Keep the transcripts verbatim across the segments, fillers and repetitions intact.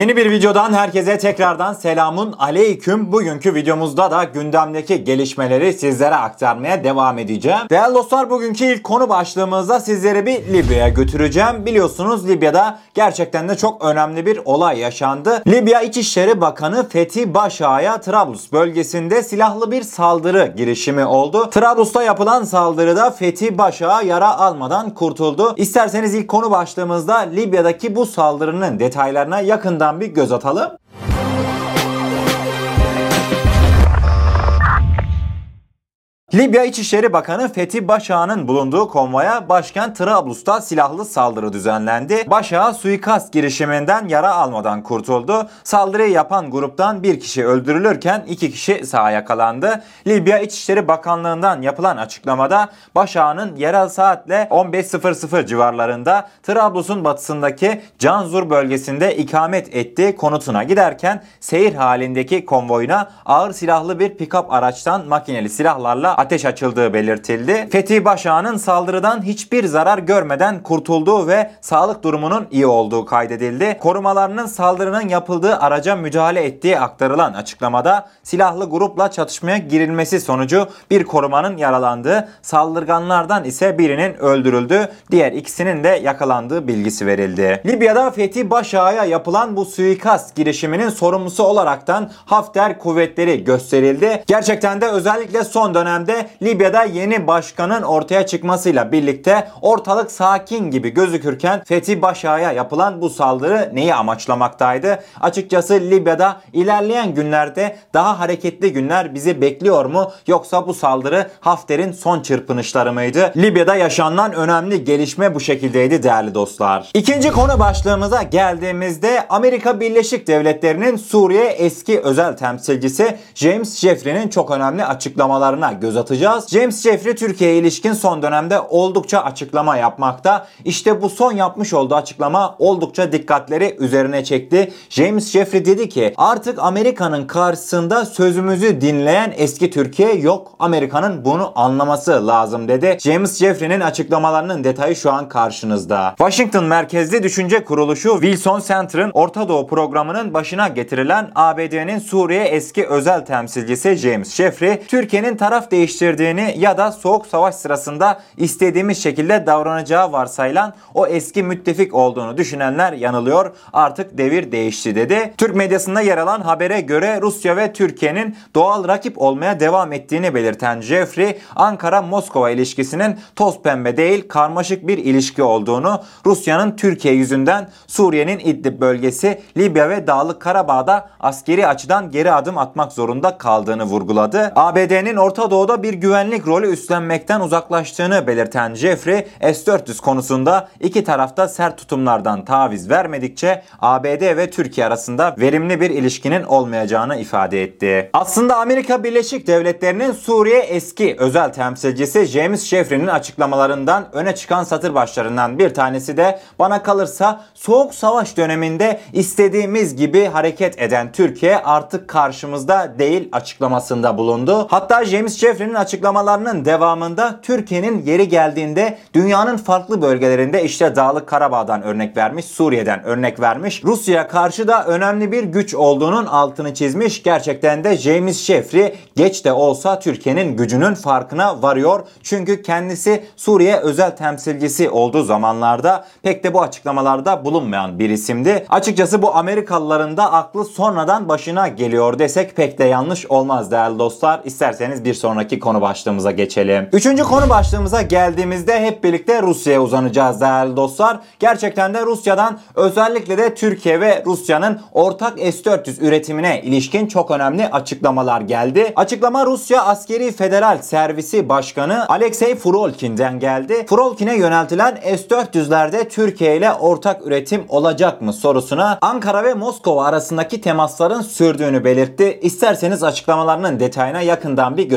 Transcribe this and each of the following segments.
Yeni bir videodan herkese tekrardan selamun aleyküm. Bugünkü videomuzda da gündemdeki gelişmeleri sizlere aktarmaya devam edeceğim. Değerli dostlar, bugünkü ilk konu başlığımızda sizleri bir Libya'ya götüreceğim. Biliyorsunuz Libya'da gerçekten de çok önemli bir olay yaşandı. Libya İçişleri Bakanı Fethi Başağ'a Trablus bölgesinde silahlı bir saldırı girişimi oldu. Trablus'ta yapılan saldırıda Fethi Başağ yara almadan kurtuldu. İsterseniz ilk konu başlığımızda Libya'daki bu saldırının detaylarına yakından bir göz atalım. Libya İçişleri Bakanı Fethi Başağ'ın bulunduğu konvoya başkent Trablus'ta silahlı saldırı düzenlendi. Başağ suikast girişiminden yara almadan kurtuldu. Saldırıyı yapan gruptan bir kişi öldürülürken iki kişi sağ yakalandı. Libya İçişleri Bakanlığı'ndan yapılan açıklamada Başağ'ın yerel saatle on beş civarlarında Trablus'un batısındaki Canzur bölgesinde ikamet ettiği konutuna giderken seyir halindeki konvoyuna ağır silahlı bir pick-up araçtan makineli silahlarla ateş açıldığı belirtildi. Fethi Başağ'ın saldırıdan hiçbir zarar görmeden kurtulduğu ve sağlık durumunun iyi olduğu kaydedildi. Korumalarının saldırının yapıldığı araca müdahale ettiği aktarılan açıklamada silahlı grupla çatışmaya girilmesi sonucu bir korumanın yaralandığı, saldırganlardan ise birinin öldürüldüğü, diğer ikisinin de yakalandığı bilgisi verildi. Libya'da Fethi Başağ'a yapılan bu suikast girişiminin sorumlusu olaraktan Hafter kuvvetleri gösterildi. Gerçekten de özellikle son dönemde Libya'da yeni başkanın ortaya çıkmasıyla birlikte ortalık sakin gibi gözükürken Fethi Başağ'a yapılan bu saldırı neyi amaçlamaktaydı? Açıkçası Libya'da ilerleyen günlerde daha hareketli günler bizi bekliyor mu? Yoksa bu saldırı Hafter'in son çırpınışları mıydı? Libya'da yaşanan önemli gelişme bu şekildeydi değerli dostlar. İkinci konu başlığımıza geldiğimizde Amerika Birleşik Devletleri'nin Suriye eski özel temsilcisi James Jeffrey'nin çok önemli açıklamalarına göz atacağız. James Jeffrey Türkiye'ye ilişkin son dönemde oldukça açıklama yapmakta. İşte bu son yapmış olduğu açıklama oldukça dikkatleri üzerine çekti. James Jeffrey dedi ki artık Amerika'nın karşısında sözümüzü dinleyen eski Türkiye yok. Amerika'nın bunu anlaması lazım dedi. James Jeffrey'nin açıklamalarının detayı şu an karşınızda. Washington merkezli düşünce kuruluşu Wilson Center'ın Orta Doğu programının başına getirilen A B D'nin Suriye eski özel temsilcisi James Jeffrey, Türkiye'nin taraf değiştirdiğini ya da Soğuk Savaş sırasında istediğimiz şekilde davranacağı varsayılan o eski müttefik olduğunu düşünenler yanılıyor. Artık devir değişti dedi. Türk medyasında yer alan habere göre Rusya ve Türkiye'nin doğal rakip olmaya devam ettiğini belirten Jeffrey, Ankara-Moskova ilişkisinin toz pembe değil karmaşık bir ilişki olduğunu, Rusya'nın Türkiye yüzünden Suriye'nin İdlib bölgesi, Libya ve Dağlık Karabağ'da askeri açıdan geri adım atmak zorunda kaldığını vurguladı. A B D'nin Orta Doğu'da bir güvenlik rolü üstlenmekten uzaklaştığını belirten Jeffrey, S dört yüz konusunda iki tarafta sert tutumlardan taviz vermedikçe A B D ve Türkiye arasında verimli bir ilişkinin olmayacağını ifade etti. Aslında Amerika Birleşik Devletleri'nin Suriye eski özel temsilcisi James Jeffrey'nin açıklamalarından öne çıkan satır başlarından bir tanesi de bana kalırsa Soğuk Savaş döneminde istediğimiz gibi hareket eden Türkiye artık karşımızda değil açıklamasında bulundu. Hatta James Jeffrey'nin açıklamalarının devamında Türkiye'nin yeri geldiğinde dünyanın farklı bölgelerinde işte Dağlık Karabağ'dan örnek vermiş, Suriye'den örnek vermiş, Rusya'ya karşı da önemli bir güç olduğunun altını çizmiş. Gerçekten de James Jeffrey geç de olsa Türkiye'nin gücünün farkına varıyor. Çünkü kendisi Suriye özel temsilcisi olduğu zamanlarda pek de bu açıklamalarda bulunmayan bir isimdi. Açıkçası bu Amerikalıların da aklı sonradan başına geliyor desek pek de yanlış olmaz değerli dostlar. İsterseniz bir sonraki konu başlığımıza geçelim. Üçüncü konu başlığımıza geldiğimizde hep birlikte Rusya'ya uzanacağız değerli dostlar. Gerçekten de Rusya'dan özellikle de Türkiye ve Rusya'nın ortak S dört yüz üretimine ilişkin çok önemli açıklamalar geldi. Açıklama Rusya Askeri Federal Servisi Başkanı Alexey Furolkin'den geldi. Furolkin'e yöneltilen S dört yüzlerde Türkiye ile ortak üretim olacak mı sorusuna Ankara ve Moskova arasındaki temasların sürdüğünü belirtti. İsterseniz açıklamalarının detayına yakından bir göz atalım.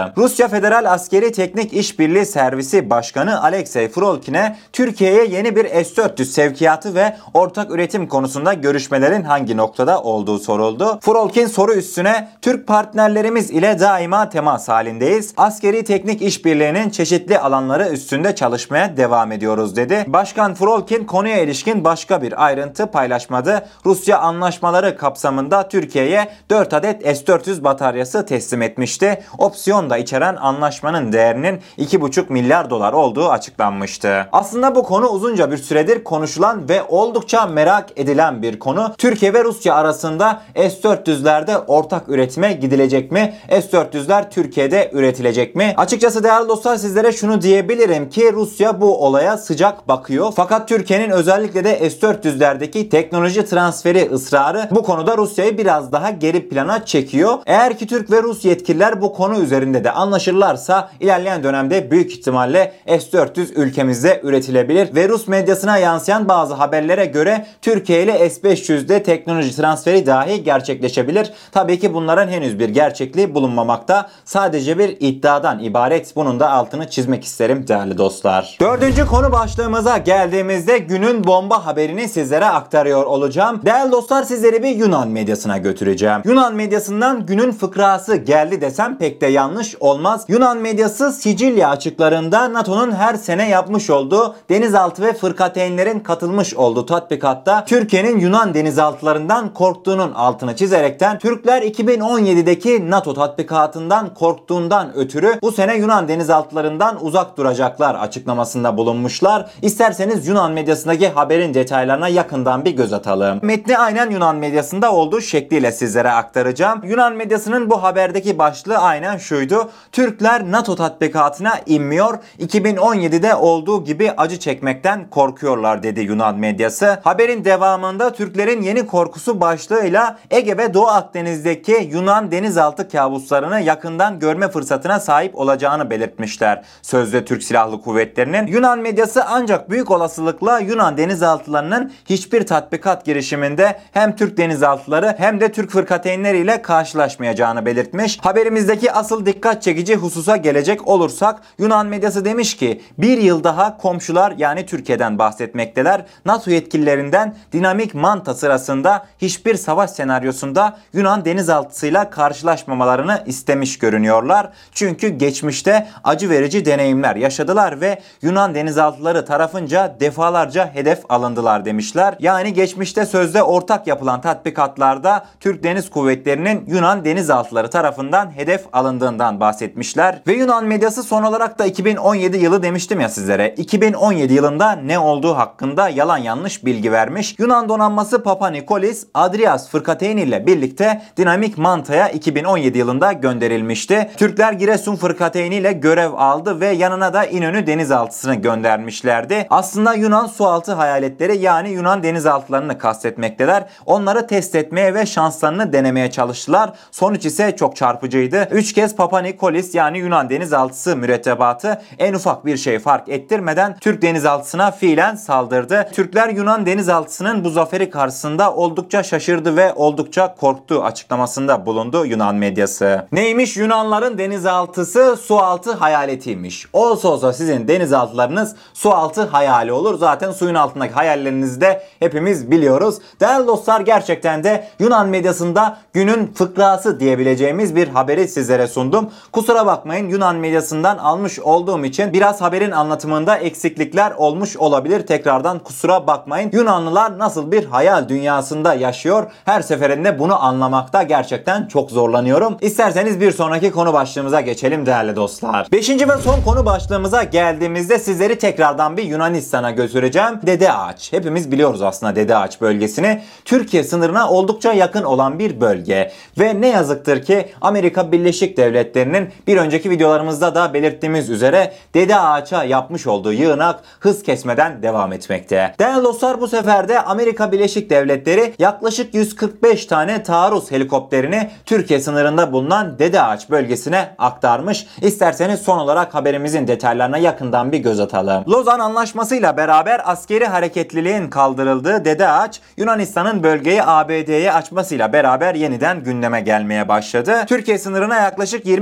bakalım. Rusya Federal Askeri Teknik İşbirliği Servisi Başkanı Alexey Frolkin'e Türkiye'ye yeni bir S dört yüz sevkiyatı ve ortak üretim konusunda görüşmelerin hangi noktada olduğu soruldu. Frolkin soru üstüne Türk partnerlerimiz ile daima temas halindeyiz. Askeri teknik işbirliğinin çeşitli alanları üstünde çalışmaya devam ediyoruz dedi. Başkan Frolkin konuya ilişkin başka bir ayrıntı paylaşmadı. Rusya anlaşmaları kapsamında Türkiye'ye dört adet S dört yüz bataryası teslim etmişti. Opsiyon da içeren anlaşmanın değerinin iki buçuk milyar dolar olduğu açıklanmıştı. Aslında bu konu uzunca bir süredir konuşulan ve oldukça merak edilen bir konu. Türkiye ve Rusya arasında S dört yüzlerde ortak üretime gidilecek mi? S dört yüzler Türkiye'de üretilecek mi? Açıkçası değerli dostlar sizlere şunu diyebilirim ki Rusya bu olaya sıcak bakıyor. Fakat Türkiye'nin özellikle de S dört yüzlerdeki teknoloji transferi ısrarı bu konuda Rusya'yı biraz daha geri plana çekiyor. Eğer ki Türk ve Rus yetkililer bu konu üzerinde de anlaşırlarsa ilerleyen dönemde büyük ihtimalle S dört yüz ülkemizde üretilebilir ve Rus medyasına yansıyan bazı haberlere göre Türkiye ile S beş yüzde teknoloji transferi dahi gerçekleşebilir. Tabii ki bunların henüz bir gerçekliği bulunmamakta. Sadece bir iddiadan ibaret. Bunun da altını çizmek isterim değerli dostlar. Dördüncü konu başlığımıza geldiğimizde günün bomba haberini sizlere aktarıyor olacağım. Değerli dostlar sizleri bir Yunan medyasına götüreceğim. Yunan medyasından günün fıkrası geldi desem pek de yanlış olmaz. Yunan medyası Sicilya açıklarında NATO'nun her sene yapmış olduğu denizaltı ve fırkateynlerin katılmış olduğu tatbikatta Türkiye'nin Yunan denizaltılarından korktuğunun altını çizerekten Türkler iki bin on yedideki NATO tatbikatından korktuğundan ötürü bu sene Yunan denizaltılarından uzak duracaklar açıklamasında bulunmuşlar. İsterseniz Yunan medyasındaki haberin detaylarına yakından bir göz atalım. Metni aynen Yunan medyasında olduğu şekliyle sizlere aktaracağım. Yunan medyasının bu haberdeki başlığı aynen şuydu: Türkler NATO tatbikatına inmiyor, iki bin on yedide olduğu gibi acı çekmekten korkuyorlar dedi Yunan medyası. Haberin devamında Türklerin yeni korkusu başlığıyla Ege ve Doğu Akdeniz'deki Yunan denizaltı kabuslarını yakından görme fırsatına sahip olacağını belirtmişler sözde Türk Silahlı Kuvvetleri'nin. Yunan medyası ancak büyük olasılıkla Yunan denizaltılarının hiçbir tatbikat girişiminde hem Türk denizaltıları hem de Türk fırkateynleri ile karşılaşmayacağını belirtmiş. Haberimizdeki asıl dikkat çekici hususa gelecek olursak Yunan medyası demiş ki bir yıl daha komşular yani Türkiye'den bahsetmekteler. NATO yetkililerinden dinamik manta sırasında hiçbir savaş senaryosunda Yunan denizaltısıyla karşılaşmamalarını istemiş görünüyorlar. Çünkü geçmişte acı verici deneyimler yaşadılar ve Yunan denizaltıları tarafınca defalarca hedef alındılar demişler. Yani geçmişte sözde ortak yapılan tatbikatlarda Türk Deniz Kuvvetleri'nin Yunan denizaltıları tarafından hedef alındığından bahsetmişler. Ve Yunan medyası son olarak da iki bin on yedi yılı demiştim ya sizlere. iki bin on yedi yılında ne olduğu hakkında yalan yanlış bilgi vermiş. Yunan donanması Papa Nikolis, Adrias fırkateyni ile birlikte dinamik mantaya iki bin on yedi yılında gönderilmişti. Türkler Giresun fırkateyni ile görev aldı ve yanına da İnönü denizaltısını göndermişlerdi. Aslında Yunan sualtı hayaletleri yani Yunan denizaltılarını kastetmekteler. Onları test etmeye ve şanslarını denemeye çalıştılar. Sonuç ise çok çarpıcıydı. Üç kez Papa Nikolis yani Yunan denizaltısı mürettebatı en ufak bir şey fark ettirmeden Türk denizaltısına fiilen saldırdı. Türkler Yunan denizaltısının bu zaferi karşısında oldukça şaşırdı ve oldukça korktu açıklamasında bulundu Yunan medyası. Neymiş Yunanların denizaltısı sualtı hayaletiymiş. Olsa olsa sizin denizaltılarınız sualtı hayali olur. Zaten suyun altındaki hayallerinizi de hepimiz biliyoruz. Değerli dostlar gerçekten de Yunan medyasında günün fıkrası diyebileceğimiz bir haberi sizlere sundum. Kusura bakmayın Yunan medyasından almış olduğum için biraz haberin anlatımında eksiklikler olmuş olabilir. Tekrardan kusura bakmayın. Yunanlılar nasıl bir hayal dünyasında yaşıyor? Her seferinde bunu anlamakta gerçekten çok zorlanıyorum. İsterseniz bir sonraki konu başlığımıza geçelim değerli dostlar. Beşinci ve son konu başlığımıza geldiğimizde sizleri tekrardan bir Yunanistan'a götüreceğim. Dede Ağaç. Hepimiz biliyoruz aslında Dede Ağaç bölgesini. Türkiye sınırına oldukça yakın olan bir bölge. Ve ne yazıktır ki Amerika Birleşik Devletleri'nin bir önceki videolarımızda da belirttiğimiz üzere Dede Ağaç'a yapmış olduğu yığınak hız kesmeden devam etmekte. Değerli dostlar bu sefer de Amerika Birleşik Devletleri yaklaşık yüz kırk beş tane taarruz helikopterini Türkiye sınırında bulunan Dede Ağaç bölgesine aktarmış. İsterseniz son olarak haberimizin detaylarına yakından bir göz atalım. Lozan Anlaşması'yla beraber askeri hareketliliğin kaldırıldığı Dede Ağaç, Yunanistan'ın bölgeyi A B D'ye açmasıyla beraber yeniden gündeme gelmeye başladı. Türkiye sınırına yaklaşık yirmi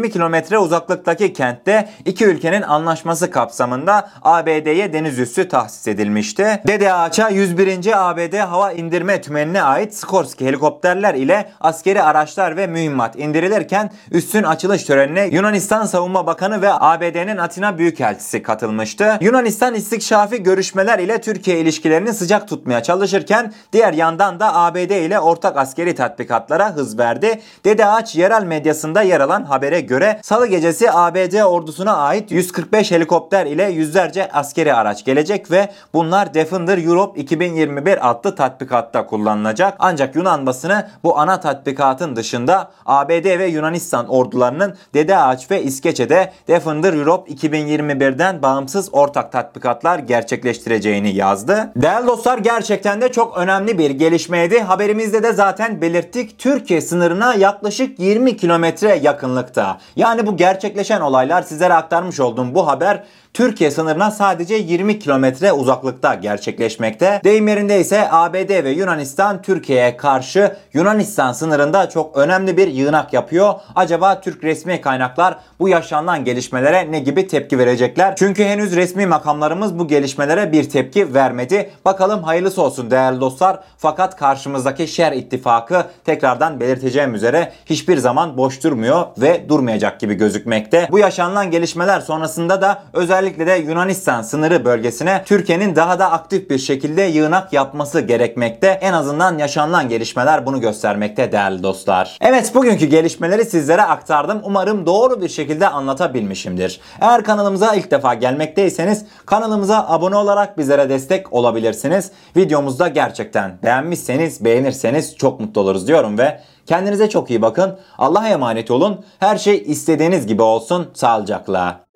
yirmi kilometre uzaklıktaki kentte iki ülkenin anlaşması kapsamında A B D'ye deniz üssü tahsis edilmişti. Dede Ağaç'a yüz birinci A B D Hava İndirme Tümeni'ne ait Skorsky helikopterler ile askeri araçlar ve mühimmat indirilirken üssün açılış törenine Yunanistan Savunma Bakanı ve A B D'nin Atina Büyükelçisi katılmıştı. Yunanistan istikşafi görüşmeler ile Türkiye ilişkilerini sıcak tutmaya çalışırken diğer yandan da A B D ile ortak askeri tatbikatlara hız verdi. Dede Ağaç yerel medyasında yer alan habere göre Salı gecesi A B D ordusuna ait yüz kırk beş helikopter ile yüzlerce askeri araç gelecek ve bunlar Defender Europe iki bin yirmi bir adlı tatbikatta kullanılacak. Ancak Yunan basını bu ana tatbikatın dışında A B D ve Yunanistan ordularının Dede Ağaç ve İskeçe'de Defender Europe iki bin yirmi birden bağımsız ortak tatbikatlar gerçekleştireceğini yazdı. Değerli dostlar, gerçekten de çok önemli bir gelişmeydi. Haberimizde de zaten belirttik. Türkiye sınırına yaklaşık yirmi kilometre yakınlıkta. Yani bu gerçekleşen olaylar, sizlere aktarmış olduğum bu haber Türkiye sınırına sadece yirmi kilometre uzaklıkta gerçekleşmekte. Deyim yerinde ise A B D ve Yunanistan Türkiye'ye karşı Yunanistan sınırında çok önemli bir yığınak yapıyor. Acaba Türk resmi kaynaklar bu yaşanan gelişmelere ne gibi tepki verecekler? Çünkü henüz resmi makamlarımız bu gelişmelere bir tepki vermedi. Bakalım hayırlısı olsun değerli dostlar. Fakat karşımızdaki şer ittifakı, tekrardan belirteceğim üzere, hiçbir zaman boş durmuyor ve durmayacak gibi gözükmekte. Bu yaşanan gelişmeler sonrasında da özel Özellikle de Yunanistan sınırı bölgesine Türkiye'nin daha da aktif bir şekilde yığınak yapması gerekmekte. En azından yaşanılan gelişmeler bunu göstermekte değerli dostlar. Evet, bugünkü gelişmeleri sizlere aktardım. Umarım doğru bir şekilde anlatabilmişimdir. Eğer kanalımıza ilk defa gelmekteyseniz kanalımıza abone olarak bizlere destek olabilirsiniz. Videomuzda gerçekten beğenmişseniz, beğenirseniz çok mutlu oluruz diyorum ve kendinize çok iyi bakın. Allah'a emanet olun. Her şey istediğiniz gibi olsun. Sağlıcakla.